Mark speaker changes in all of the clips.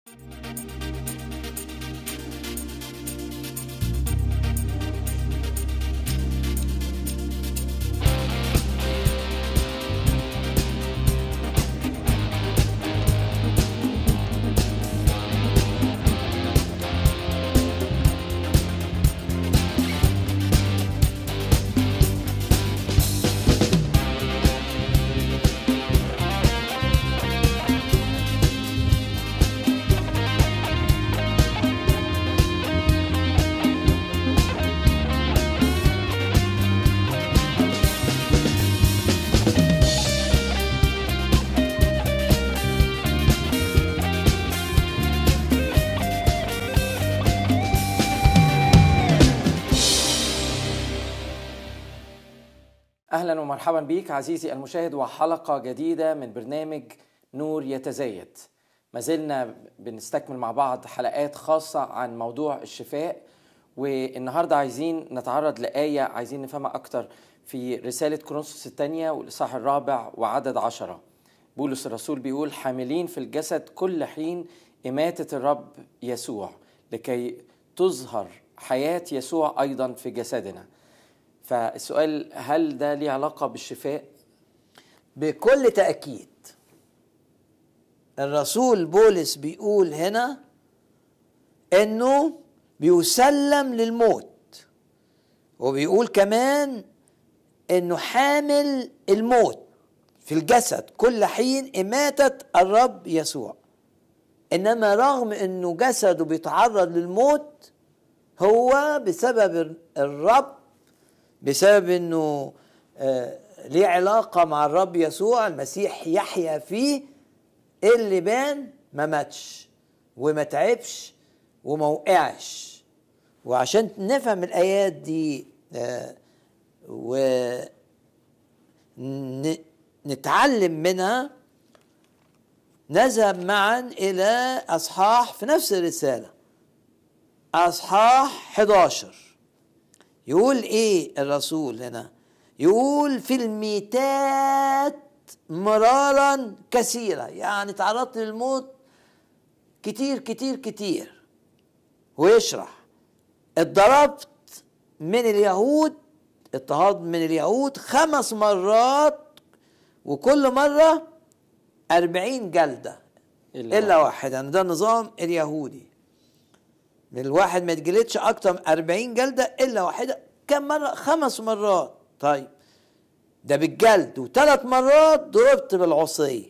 Speaker 1: أهلا ومرحبا بك عزيزي المشاهد وحلقة جديدة من برنامج نور يتزايد. ما زلنا بنستكمل مع بعض حلقات خاصة عن موضوع الشفاء، والنهاردة عايزين نتعرض لآية عايزين نفهمها أكتر في رسالة كورنثوس الثانية والإصحاح 4 وعدد 10. بولس الرسول بيقول: حاملين في الجسد كل حين إماتة الرب يسوع لكي تظهر حياة يسوع أيضا في جسدنا. فالسؤال: هل ده ليه علاقة بالشفاء؟
Speaker 2: بكل تأكيد. الرسول بولس بيقول هنا انه بيسلم للموت، وبيقول كمان انه حامل الموت في الجسد كل حين إماتة الرب يسوع. انما رغم انه جسده بيتعرض للموت، هو بسبب الرب، بسبب انه ليه علاقة مع الرب يسوع المسيح يحيا فيه، اللي بان ما ماتش وما تعبش وما وقعش. وعشان نفهم الآيات دي ونتعلم منها، نذهب معا إلى أصحاح في نفس الرسالة، أصحاح 11. يقول ايه الرسول هنا؟ يقول: في الميتات مرارا كثيرة، يعني تعرضت للموت كتير كتير كتير. ويشرح: اتضربت من اليهود، اضطهاد من اليهود 5 مرات، وكل مرة 40 جلدة إلا واحدة. يعني ده النظام اليهودي، من الواحد ما يتجلدش اكتر من 40 جلدة الا واحدة. كم مرة؟ 5 مرات. طيب ده بالجلد، و3 مرات ضربت بالعصي،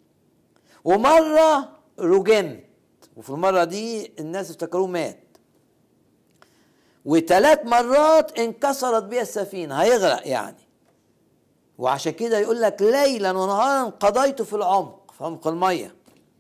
Speaker 2: ومرة رجمت، وفي المرة دي الناس افتكروه مات، و3 مرات انكسرت بيها السفينة، هيغرق يعني. وعشان كده يقول لك: ليلا ونهارا قضيت في العمق، في عمق المية،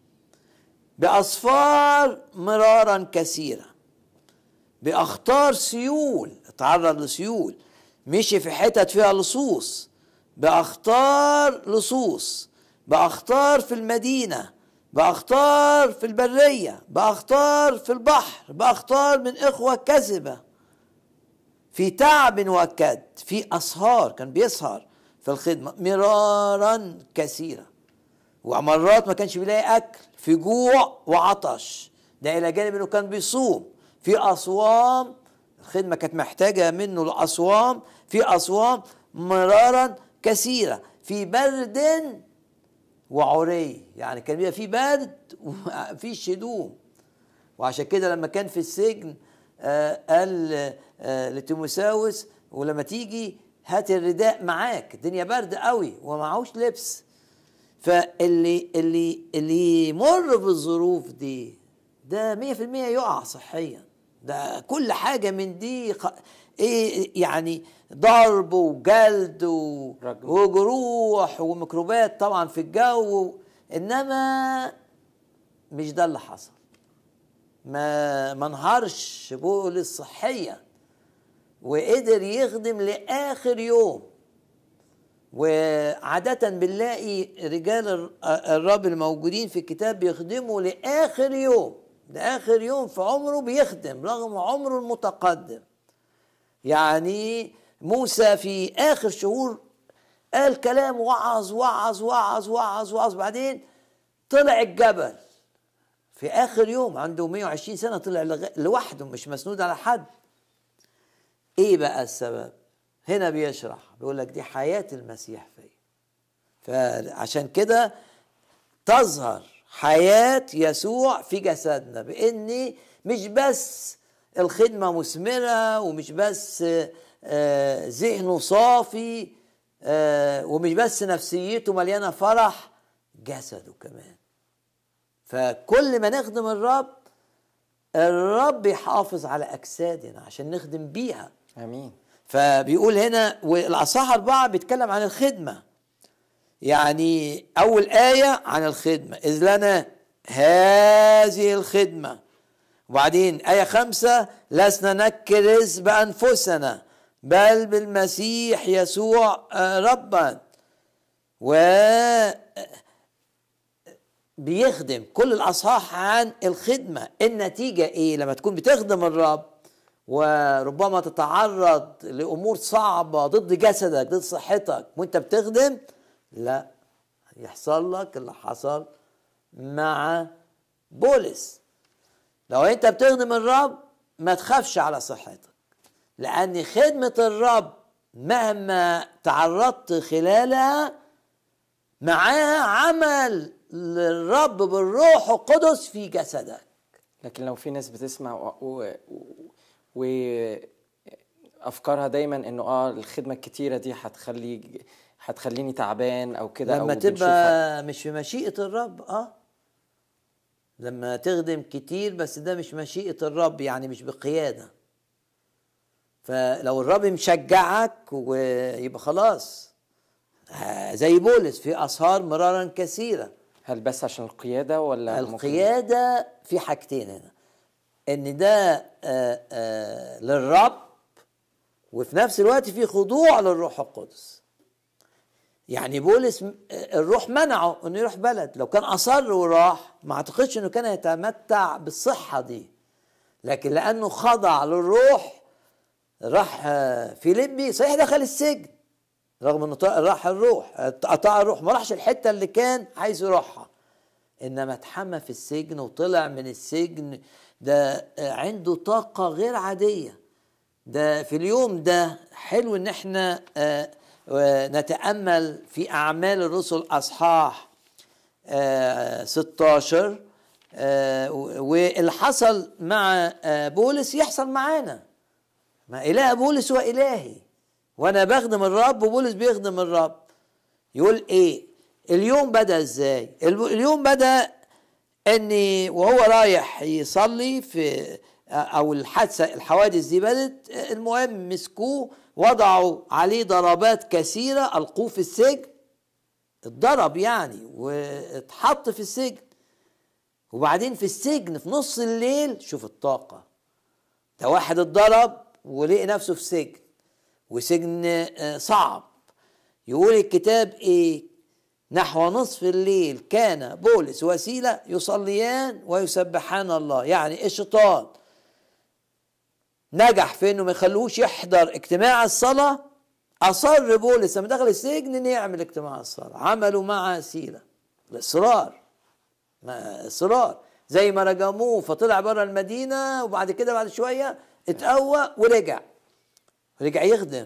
Speaker 2: بأصفار مرارا كثيرة، بأخطار سيول، اتعرض لسيول، مشي في حتت فيها لصوص، بأخطار لصوص، بأخطار في المدينة، بأخطار في البرية، بأخطار في البحر، بأخطار من إخوة كذبة، في تعب وكد، في أسهار، كان بيسهر في الخدمة مرارا كثيرة، ومرات ما كانش بيلاقي أكل، في جوع وعطش، ده إلى جانب إنه كان بيصوم، في أصوام، الخدمة كانت محتاجة منه الأصوام، في أصوام مرارا كثيرة، في برد وعري، يعني كان بيبقى في برد وفي شدوم. وعشان كده لما كان في السجن قال لتيموثاوس: ولما تيجي هات الرداء معاك، الدنيا برد قوي ومعهوش لبس. فاللي يمر بالظروف دي ده 100% يقع صحيا. ده كل حاجة من دي ايه يعني، ضرب وجلد وجروح وميكروبات طبعا في الجو. انما مش ده اللي حصل. ما انهارش بولس صحيا، وقدر يخدم لآخر يوم. وعادة بنلاقي رجال الرب الموجودين في الكتاب بيخدموا لآخر يوم، لآخر يوم في عمره بيخدم رغم عمره المتقدم. يعني موسى في آخر شهور قال كلام، وعظ وعظ وعظ وعظ وعظ، بعدين طلع الجبل في آخر يوم عنده 120 سنة طلع لوحده مش مسنود على حد. ايه بقى السبب؟ هنا بيشرح بيقول لك دي حياة المسيح فيا. فعشان كده تظهر حياة يسوع في جسدنا، بإني مش بس الخدمة مثمرة، ومش بس ذهنه صافي، ومش بس نفسيته مليانة فرح، جسده كمان. فكل ما نخدم الرب يحافظ على أجسادنا عشان نخدم بيها.
Speaker 1: امين.
Speaker 2: فبيقول هنا، والأصحاح 4 بيتكلم عن الخدمة. يعني أول آية عن الخدمة، إذ لنا هذه الخدمة. وبعدين آية 5، لسنا نكرز بأنفسنا بل بالمسيح يسوع ربا. بيخدم كل الأصحاح عن الخدمة. النتيجة إيه لما تكون بتخدم الرب وربما تتعرض لأمور صعبة ضد جسدك ضد صحتك وانت بتخدم؟ لا، يحصل لك اللي حصل مع بولس. لو انت بتخدم الرب ما تخافش على صحتك، لأن خدمة الرب مهما تعرضت خلالها معاها عمل للرب بالروح القدس في جسدك.
Speaker 1: لكن لو في ناس بتسمع وافكارها دايما انه الخدمه الكتيره دي هتخليني تعبان او كده،
Speaker 2: لما تبقى مش في مشيئه الرب. لما تخدم كتير بس ده مش مشيئه الرب، يعني مش بقياده. فلو الرب مشجعك ويبقى خلاص، زي بولس في أسهار مرارا كثيرة.
Speaker 1: هل بس عشان القيادة ولا
Speaker 2: القيادة؟ في حاجتين هنا، ان ده للرب، وفي نفس الوقت في خضوع للروح القدس. يعني بولس الروح منعه انه يروح بلد، لو كان اصر وراح ما اعتقدش انه كان يتمتع بالصحة دي، لكن لانه خضع للروح راح فيليبي. صحيح دخل السجن رغم انه راح الروح، قطع الروح، ما راحش الحته اللي كان عايز يروحها، انما اتحمى في السجن وطلع من السجن. ده عنده طاقه غير عاديه. ده في اليوم ده حلو ان احنا نتامل في اعمال الرسل اصحاح 16، واللي حصل مع بولس يحصل معانا. ما اله بولس هو الهي، وانا بخدم الرب وبولس بيخدم الرب. يقول ايه اليوم بدأ ازاي؟ اليوم بدأ اني وهو رايح يصلي في او الحوادث دي بدت. المهم مسكوه وضعوا عليه ضربات كثيرة، القوه في السجن، اتضرب يعني واتحط في السجن. وبعدين في السجن في نص الليل، شوف الطاقة، ده واحد اتضرب ولقي نفسه في سجن، وسجن صعب. يقول الكتاب ايه؟ نحو نصف الليل كان بولس وسيلة يصليان ويسبحان الله. يعني الشيطان نجح في انه ما يخلوش يحضر اجتماع الصلاة. اصر بولس لما دخل السجن ان يعمل اجتماع الصلاة. عملوا مع سيلة الاصرار، زي ما رجموه فطلع بره المدينة، وبعد كده بعد شوية اتقوى ورجع يخدم.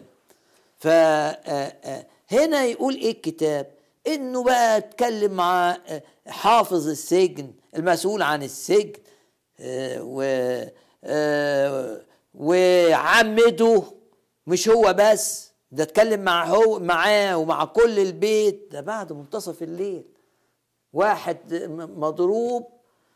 Speaker 2: فهنا يقول ايه الكتاب؟ انه بقى اتكلم مع حافظ السجن المسؤول عن السجن وعمده. مش هو بس ده، اتكلم معاه ومع كل البيت. ده بعد منتصف الليل واحد مضروب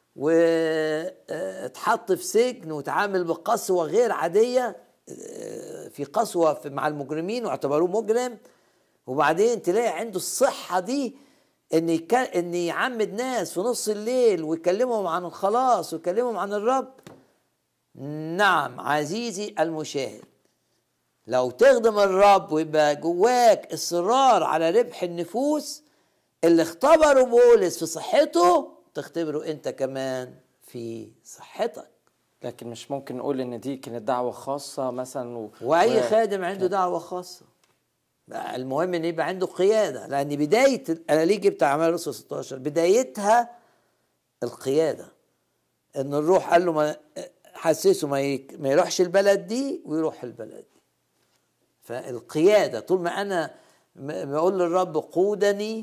Speaker 2: واتحط في سجن وتعامل بقسوة غير عادية، في قسوة مع المجرمين واعتبروه مجرم. وبعدين تلاقي عنده الصحة دي ان يعمد ناس في نص الليل ويكلمهم عن الخلاص ويكلمهم عن الرب. نعم عزيزي المشاهد، لو تخدم الرب ويبقى جواك اصرار على ربح النفوس، اللي اختبره بولس في صحته تختبره انت كمان في صحتك.
Speaker 1: لكن مش ممكن نقول ان دي كانت دعوة خاصة مثلا
Speaker 2: واي خادم عنده دعوة خاصة. المهم ان يبقى عنده قيادة، لان بداية الاليجي بتاع اعمال الرسل 16 بدايتها القيادة. ان الروح قال له ما حسسه ما يروحش البلد دي ويروح البلد دي. فالقيادة طول ما انا بقول للرب قودني،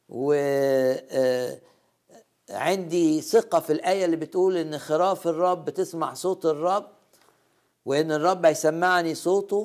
Speaker 2: وعندي ثقة في الآية اللي بتقول ان خراف الرب تسمع صوت الرب، وان الرب هيسمعني صوته،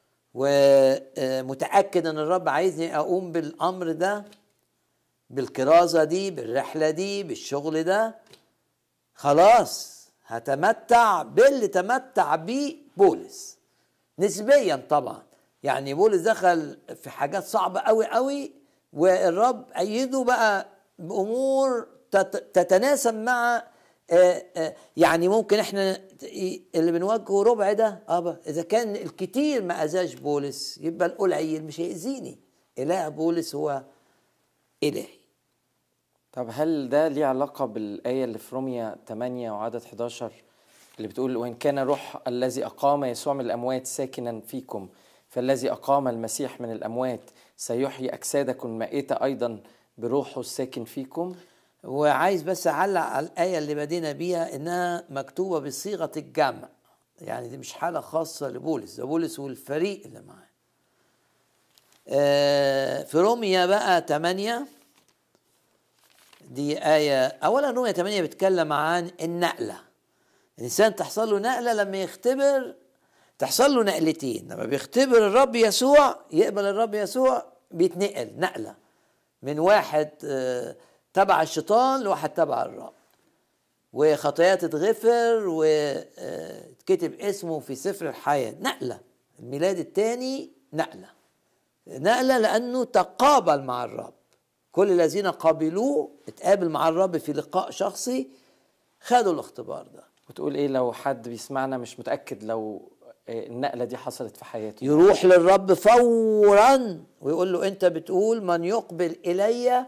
Speaker 2: ومتأكد ان الرب عايزني اقوم بالامر ده، بالكرازة دي، بالرحلة دي، بالشغل ده، خلاص هتمتع باللي تمتع بيه بولس نسبيا طبعا. يعني بولس دخل في حاجات صعبة قوي قوي، والرب أيده بقى بأمور تتناسب مع يعني ممكن احنا اللي بنواجهه ربع ده، اذا كان الكتير ما اذاش بولس يبقى القليل مش هيأذيني. اله بولس هو الهي.
Speaker 1: طب هل ده ليه علاقة بالآية اللي في رومية 8 وعدد 11 اللي بتقول وإن كان روح الذي أقام يسوع من الأموات ساكنا فيكم فالذي أقام المسيح من الأموات سيحيي أجسادكم المائتة أيضا بروحه الساكن فيكم؟
Speaker 2: وعايز بس أعلق على الآية اللي بدينا بيها إنها مكتوبة بصيغة الجمع، يعني دي مش حالة خاصة لبولس، ده بولس والفريق اللي معاه. في رومية بقى 8 دي آية، أولا رومية 8 بتكلم عن النقلة. الإنسان تحصل له نقلة لما يختبر، تحصل له نقلتين. لما بيختبر الرب يسوع، يقبل الرب يسوع، بيتنقل نقلة من واحد تبع الشيطان لواحد تبع الرب، وخطاياه تتغفر وتكتب اسمه في سفر الحياة. نقلة الميلاد الثاني، نقلة لأنه تقابل مع الرب. كل الذين قابلوه اتقابل مع الرب في لقاء شخصي، خدوا الاختبار ده.
Speaker 1: وتقول ايه لو حد بيسمعنا مش متأكد لو النقلة دي حصلت في حياته؟
Speaker 2: يروح للرب فورا ويقول له انت بتقول من يقبل الي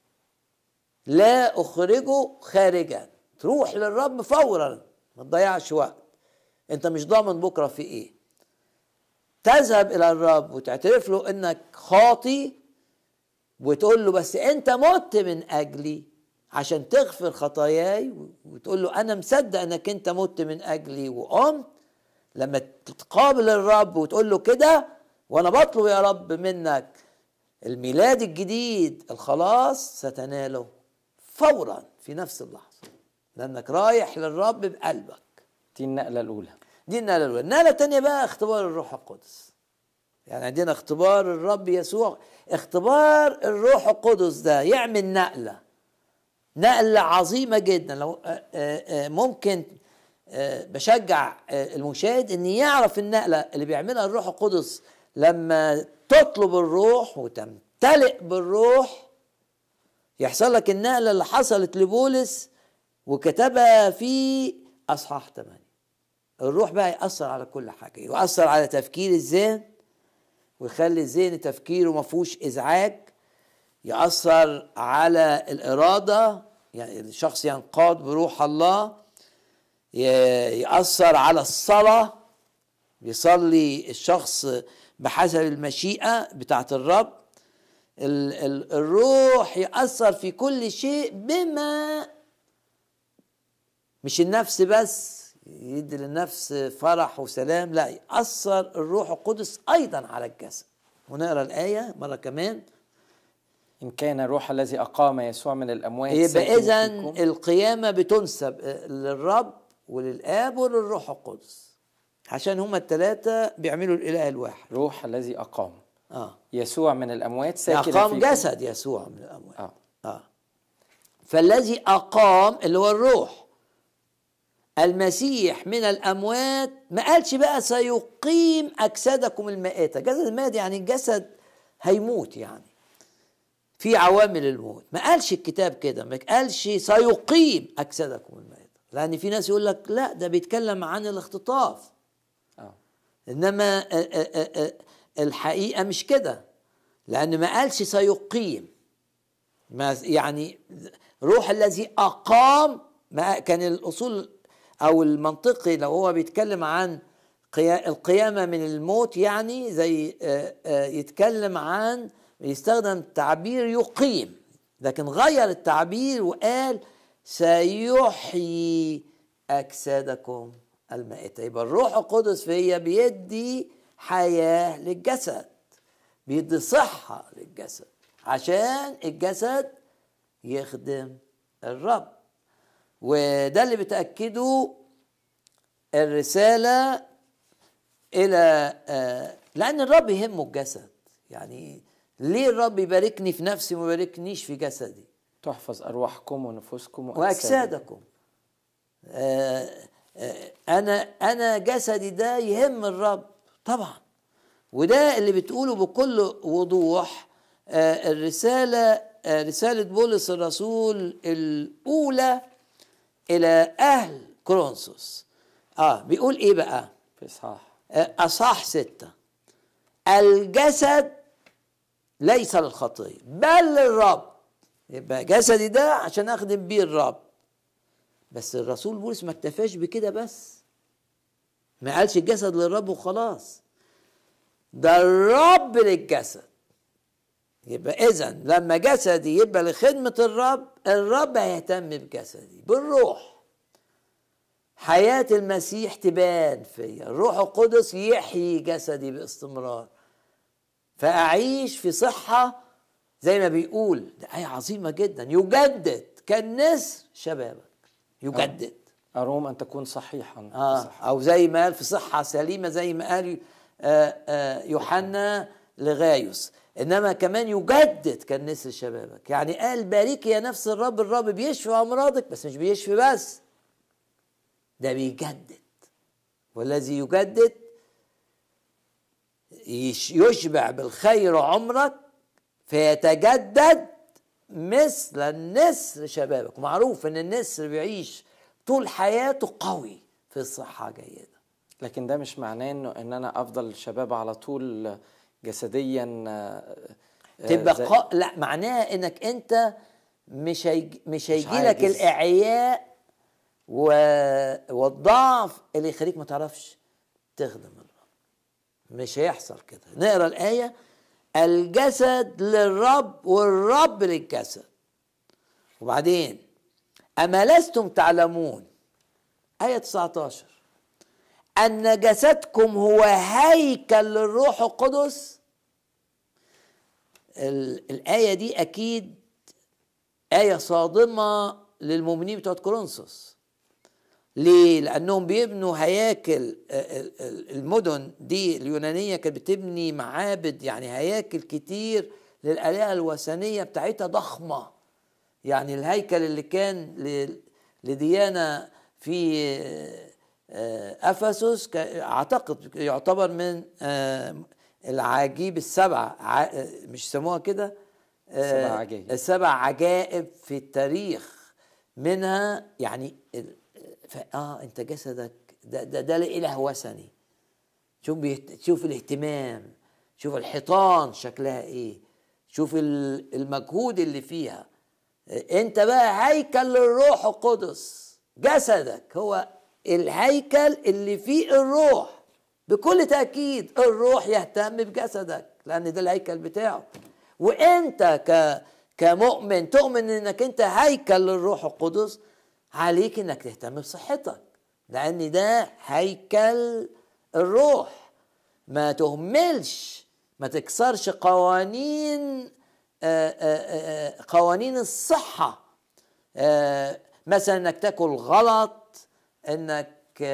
Speaker 2: لا اخرجه خارجا. تروح للرب فورا، ما تضيعش وقت، انت مش ضامن بكره في ايه. تذهب الى الرب وتعترف له انك خاطي، وتقول له بس انت مت من اجلي عشان تغفر خطاياي، وتقول له انا مصدق انك انت مت من اجلي وقمت. لما تقابل الرب وتقول له كده، وانا بطلب يا رب منك الميلاد الجديد، الخلاص، ستناله فورا في نفس اللحظة، لانك رايح للرب بقلبك.
Speaker 1: دي النقلة الاولى.
Speaker 2: النقلة الثانية بقى اختبار الروح القدس. يعني عندنا اختبار الرب يسوع، اختبار الروح القدس ده يعمل نقلة عظيمة جدا. لو ممكن بشجع المشاهد ان يعرف النقلة اللي بيعملها الروح القدس لما تطلب الروح وتمتلئ بالروح. يحصل لك النقلة اللي حصلت لبولس وكتبها في اصحاح 8. الروح بقى يأثر على كل حاجة، يؤثر على تفكير الذهن ويخلي الذهن تفكيره ما فيهوش ازعاج، يأثر على الإرادة، يعني الشخص ينقاد بروح الله، يأثر على الصلاة، يصلي الشخص بحسب المشيئة بتاعت الرب. الروح يأثر في كل شيء، بما مش النفس بس يدي للنفس فرح وسلام، لا، يأثر الروح القدس أيضا على الجسد. ونقرأ الآية مرة كمان.
Speaker 1: إن كان الروح الذي أقام يسوع من الأموات
Speaker 2: يبقى إذن القيامة بتنسب للرب وللآب وللروح القدس، عشان هما الثلاثة بيعملوا الإله الواحد.
Speaker 1: روح الذي أقام يسوع من الأموات ساكن
Speaker 2: أقام
Speaker 1: فيكم.
Speaker 2: جسد يسوع من الأموات. فالذي أقام اللي هو الروح المسيح من الأموات، ما قالش بقى سيقيم أجسادكم المائتة. جسد المائت يعني الجسد هيموت، يعني في عوامل الموت. ما قالش الكتاب كده، ما قالش سيقيم أجسادكم المائتة، لأن في ناس يقول لك لا ده بيتكلم عن الاختطاف. إنما الحقيقة مش كده، لأن ما قالش سيقيم. ما يعني روح الذي أقام، ما كان الأصول أو المنطقي لو هو بيتكلم عن القيامة من الموت، يعني زي يتكلم عن، يستخدم تعبير يقيم، لكن غير التعبير وقال سيحيي أجسادكم المائتة. يبقى الروح القدس فيا بيدي حياة للجسد، بيدي صحة للجسد عشان الجسد يخدم الرب. وده اللي بتأكده الرسالة إلى لأن الرب يهمه الجسد. يعني ليه الرب يباركني في نفسي وما يباركنيش في جسدي؟
Speaker 1: تحفظ أرواحكم ونفوسكم
Speaker 2: وأجسادكم. أنا جسدي ده يهم الرب طبعا. وده اللي بتقوله بكل وضوح الرسالة، رسالة بولس الرسول الأولى إلى أهل كورنثوس. بيقول إيه بقى
Speaker 1: في
Speaker 2: أصحاح 6: الجسد ليس للخطية بل للرب. يبقى جسدي ده عشان أخدم بيه الرب. بس الرسول بولس ما اكتفاش بكده بس، ما قالش الجسد للرب وخلاص، ده الرب للجسد. يبقى إذن لما جسدي يبقى لخدمة الرب، الرب هيهتم بجسدي بالروح. حياة المسيح تبان فيا، الروح القدس يحيي جسدي باستمرار، فأعيش في صحة زي ما بيقول. ده آية عظيمة جدا، يجدد كالنسر شبابك. يجدد
Speaker 1: أروم أن تكون صحيحا
Speaker 2: أو زي ما قال في صحة سليمة، زي ما قال يوحنا لغايوس. إنما كمان يجدد كالنسر شبابك. يعني قال بارك يا نفس الرب. الرب بيشفي أمراضك، بس مش بيشفي بس، ده بيجدد. والذي يجدد يشبع بالخير عمرك فيتجدد مثل النسر شبابك. معروف ان النسر بيعيش طول حياته قوي في الصحة جيدة.
Speaker 1: لكن ده مش معناه ان انا افضل شباب على طول جسديا
Speaker 2: تبقى لا، معناها انك انت مش هيجي لك الاعياء والضعف اللي يخليك ما تعرفش تخدم الرب. مش هيحصل كده. نقرا الآية: الجسد للرب والرب للجسد. وبعدين أما لستم تعلمون، آية 19، أن جسدكم هو هيكل للروح القدس. الآية دي أكيد آية صادمة للمؤمنين بتوع كورنثوس. ليه؟ لأنهم بيبنوا هياكل. المدن دي اليونانية كانت بتبني معابد، يعني هياكل كتير للآلهة الوثنية بتاعتها ضخمة. يعني الهيكل اللي كان لديانة في أفسس أعتقد يعتبر من العجيب السبعة، مش سموها كده؟
Speaker 1: 7 عجائب.
Speaker 2: 7 عجائب في التاريخ. منها يعني انت جسدك ده لإله وثني. شوف الاهتمام، شوف الحيطان شكلها ايه، شوف المجهود اللي فيها. انت بقى هيكل للروح القدس. جسدك هو الهيكل اللي فيه الروح. بكل تأكيد الروح يهتم بجسدك لأن ده الهيكل بتاعه. وانت كمؤمن تؤمن انك انت هيكل للروح القدس، عليك انك تهتم بصحتك لان ده هيكل الروح. ما تهملش، ما تكسرش قوانين الصحة. مثلا انك تاكل غلط، انك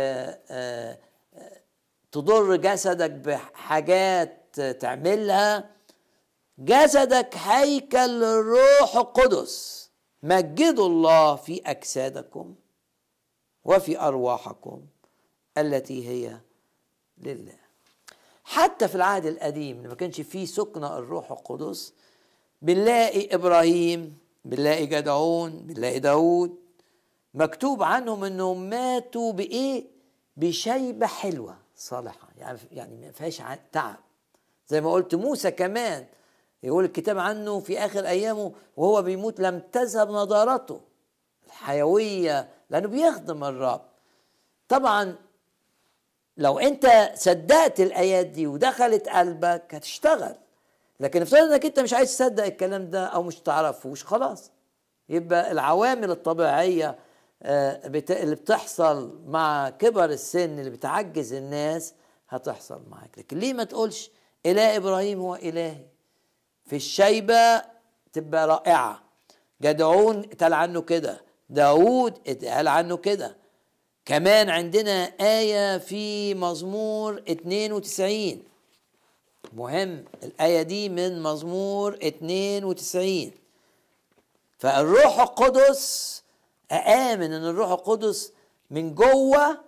Speaker 2: تضر جسدك بحاجات تعملها. جسدك هيكل للروح القدس. مجدوا الله في أجسادكم وفي أرواحكم التي هي لله. حتى في العهد القديم لما كانش فيه سكن الروح القدس، بنلاقي إبراهيم، بنلاقي جدعون، بنلاقي داود، مكتوب عنهم أنهم ماتوا بإيه؟ بشيبة حلوة صالحة، يعني ما فيهاش تعب. زي ما قلت موسى كمان يقول الكتاب عنه في آخر أيامه وهو بيموت لم تذهب نضارته الحيوية، لأنه بيخدم الرب. طبعا لو أنت صدقت الآيات دي ودخلت قلبك هتشتغل. لكن افترض أنك أنت مش عايز تصدق الكلام ده أو مش تعرفه، خلاص يبقى العوامل الطبيعية اللي بتحصل مع كبر السن اللي بتعجز الناس هتحصل معاك. لكن ليه ما تقولش إله إبراهيم هو إلهي؟ في الشيبة تبقى رائعة. جدعون اتقال عنه كده، داود اتقال عنه كده. كمان عندنا آية في مزمور 92 مهم، الآية دي من مزمور 92. فالروح القدس آمن إن الروح القدس من جوه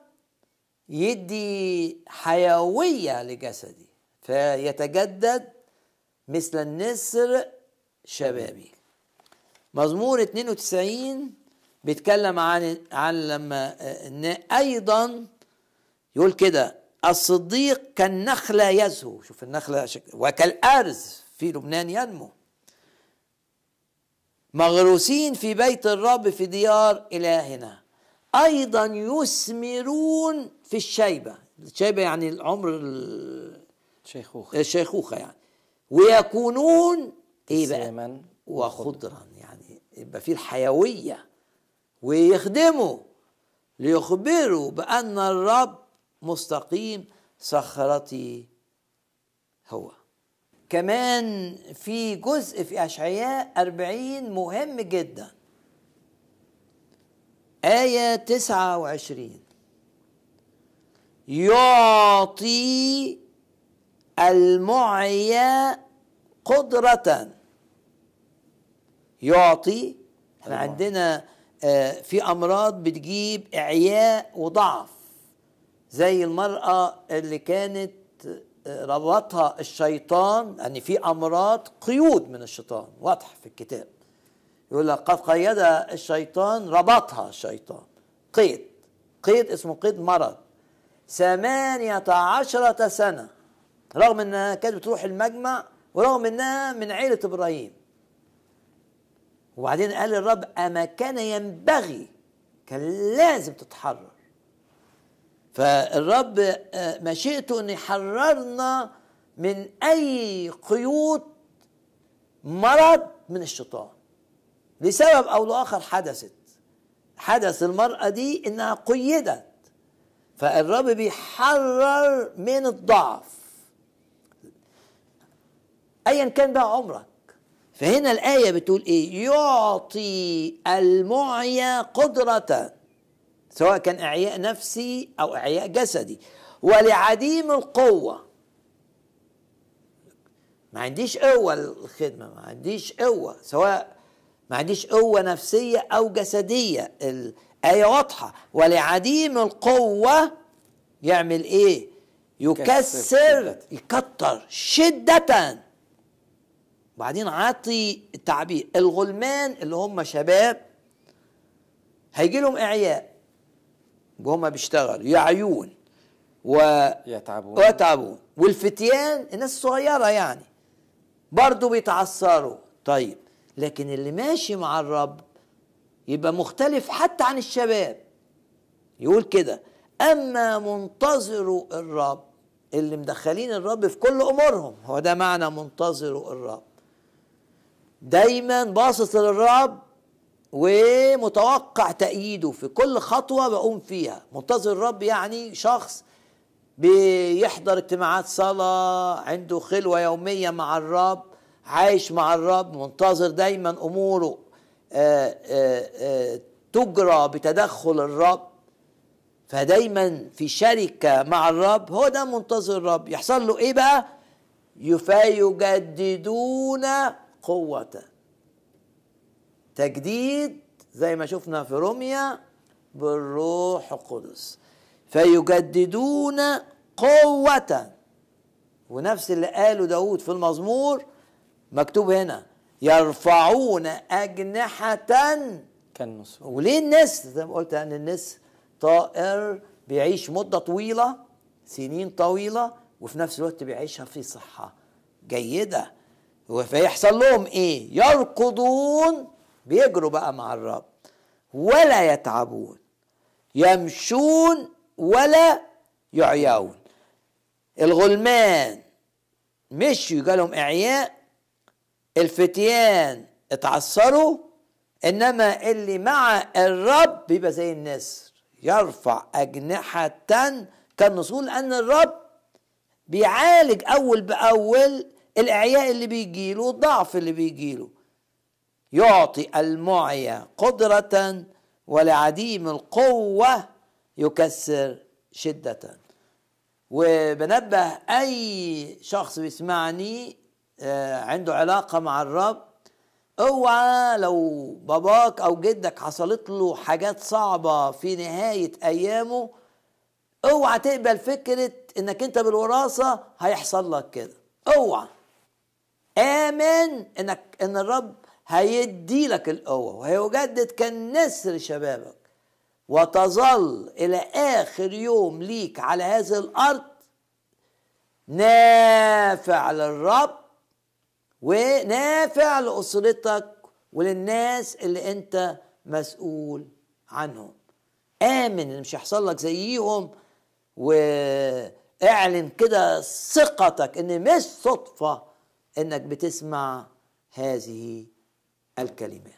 Speaker 2: يدي حيوية لجسدي فيتجدد مثل النسر شبابي. مزمور 92 بيتكلم عن لما أيضا يقول كده: الصديق كالنخلة يزهو، شوف النخلة، وكالأرز في لبنان ينمو، مغروسين في بيت الرب في ديار إلهنا، أيضا يثمرون في الشيبة. الشيبة يعني العمر، الشيخوخة يعني. ويكونون إيه بقى؟ وخضرا، يعني يبقى فيه الحيوية. ويخدموا ليخبروا بأن الرب مستقيم صخرتي هو. كمان في جزء في أشعياء 40 مهم جدا، آية 29: يعطي المعيا قدرة. يعطي، احنا عندنا في أمراض بتجيب إعياء وضعف، زي المرأة اللي كانت ربطها الشيطان، يعني في أمراض قيود من الشيطان واضح في الكتاب، يقول لك قد قيد الشيطان، ربطها الشيطان قيد اسمه قيد مرض 18 سنة، رغم انها كانت بتروح المجمع ورغم انها من عيلة ابراهيم. وبعدين قال الرب: اما كان ينبغي، كان لازم تتحرر. فالرب مشيئته ان يحررنا من اي قيود مرض من الشيطان لسبب او لاخر حدث المرأة دي انها قيدت، فالرب بيحرر من الضعف ايا كان بقى عمرك. فهنا الآية بتقول ايه؟ يعطي المعيا قدرة، سواء كان اعياء نفسي او اعياء جسدي. ولعديم القوة، ما عنديش قوة للخدمة، ما عنديش قوة، سواء ما عنديش قوة نفسية او جسدية، الآية واضحة. ولعديم القوة يعمل ايه؟ يكتر شدة. بعدين عاطي التعبير: الغلمان اللي هم شباب هيجي لهم اعياء وهم بيشتغلوا، يعيون ويتعبون. والفتيان الناس الصغيرة يعني برضو بيتعثروا. طيب، لكن اللي ماشي مع الرب يبقى مختلف حتى عن الشباب. يقول كده: أما منتظروا الرب، اللي مدخلين الرب في كل أمورهم، هو ده معنى منتظروا الرب، دايما باصص للرب ومتوقع تأييده في كل خطوة بقوم فيها. منتظر الرب يعني شخص بيحضر اجتماعات صلاة، عنده خلوة يومية مع الرب، عايش مع الرب، منتظر دايما أموره تجرى بتدخل الرب، فدايما في شركة مع الرب. هو ده منتظر الرب. يحصل له ايه بقى؟ فيجددون قوة، تجديد زي ما شفنا في روميا بالروح القدس. فيجددون قوة، ونفس اللي قاله داود في المزمور مكتوب هنا: يرفعون أجنحة
Speaker 1: كالنسر.
Speaker 2: وليه النسر؟ زي ما قلت أن النسر طائر بيعيش مدة طويلة، سنين طويلة، وفي نفس الوقت بيعيشها في صحة جيدة. فيحصل لهم ايه؟ يركضون، بيجروا بقى مع الرب، ولا يتعبون، يمشون ولا يعيون. الغلمان مشوا جالهم اعياء، الفتيان اتعثروا، إنما اللي مع الرب بيبقى زي النسر، يرفع أجنحة كالنسور، لأن الرب بيعالج أول بأول الإعياء اللي بيجيله والضعف اللي بيجيله. يعطي المعيا قدرة ولعديم القوة يكسر شدة. وبنبه أي شخص بيسمعني عنده علاقة مع الرب، اوعى لو باباك أو جدك حصلت له حاجات صعبة في نهاية أيامه، اوعى تقبل فكرة انك انت بالوراثة هيحصل لك كده. اوعى، آمن ان الرب هيدي لك القوة وهيجدد كالنسر شبابك، وتظل إلى آخر يوم ليك على هذه الأرض نافع للرب ونافع لأسرتك وللناس اللي أنت مسؤول عنهم. آمن إن مش هيحصل لك زيهم، واعلن كده ثقتك إن مش صدفة إنك بتسمع هذه الكلمات.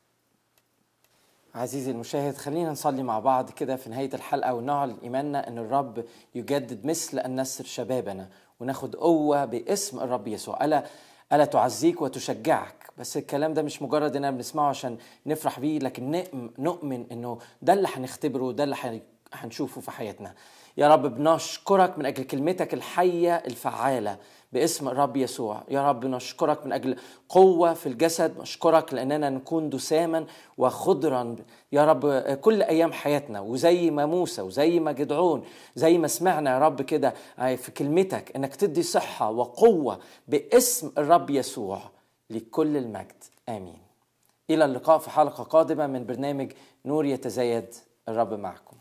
Speaker 1: عزيزي المشاهد، خلينا نصلي مع بعض كده في نهاية الحلقة ونعلن إيماننا أن الرب يجدد مثل النسر شبابنا، وناخد قوة باسم الرب يسوع. ألا تعزيك وتشجعك. بس الكلام ده مش مجرد إننا بنسمعه عشان نفرح بيه، لكن نؤمن إنه ده اللي هنختبره، ده اللي هنشوفه في حياتنا. يا رب بنشكرك من أجل كلمتك الحية الفعالة باسم الرب يسوع. يا رب نشكرك من أجل قوة في الجسد، نشكرك لأننا نكون دساما وخضرا يا رب كل أيام حياتنا، وزي ما موسى وزي ما جدعون، زي ما سمعنا يا رب كده في كلمتك أنك تدي صحة وقوة باسم الرب يسوع. لكل المجد، آمين. إلى اللقاء في حلقة قادمة من برنامج نور يتزايد. الرب معكم.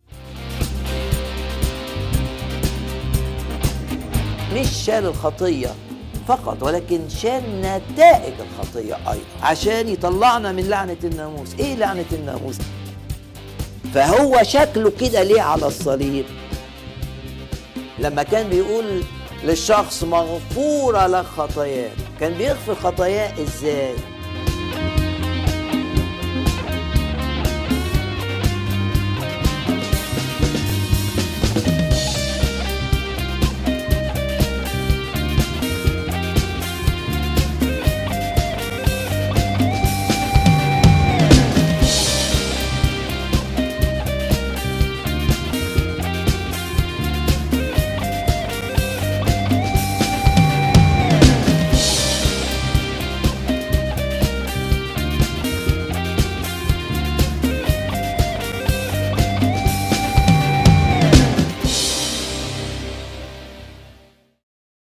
Speaker 2: مش شال الخطية فقط، ولكن شال نتائج الخطية أيضا عشان يطلعنا من لعنة الناموس. إيه لعنة الناموس؟ فهو شكله كده ليه على الصليب؟ لما كان بيقول للشخص مغفورة لك خطاياك، كان بيغفر خطاياه إزاي؟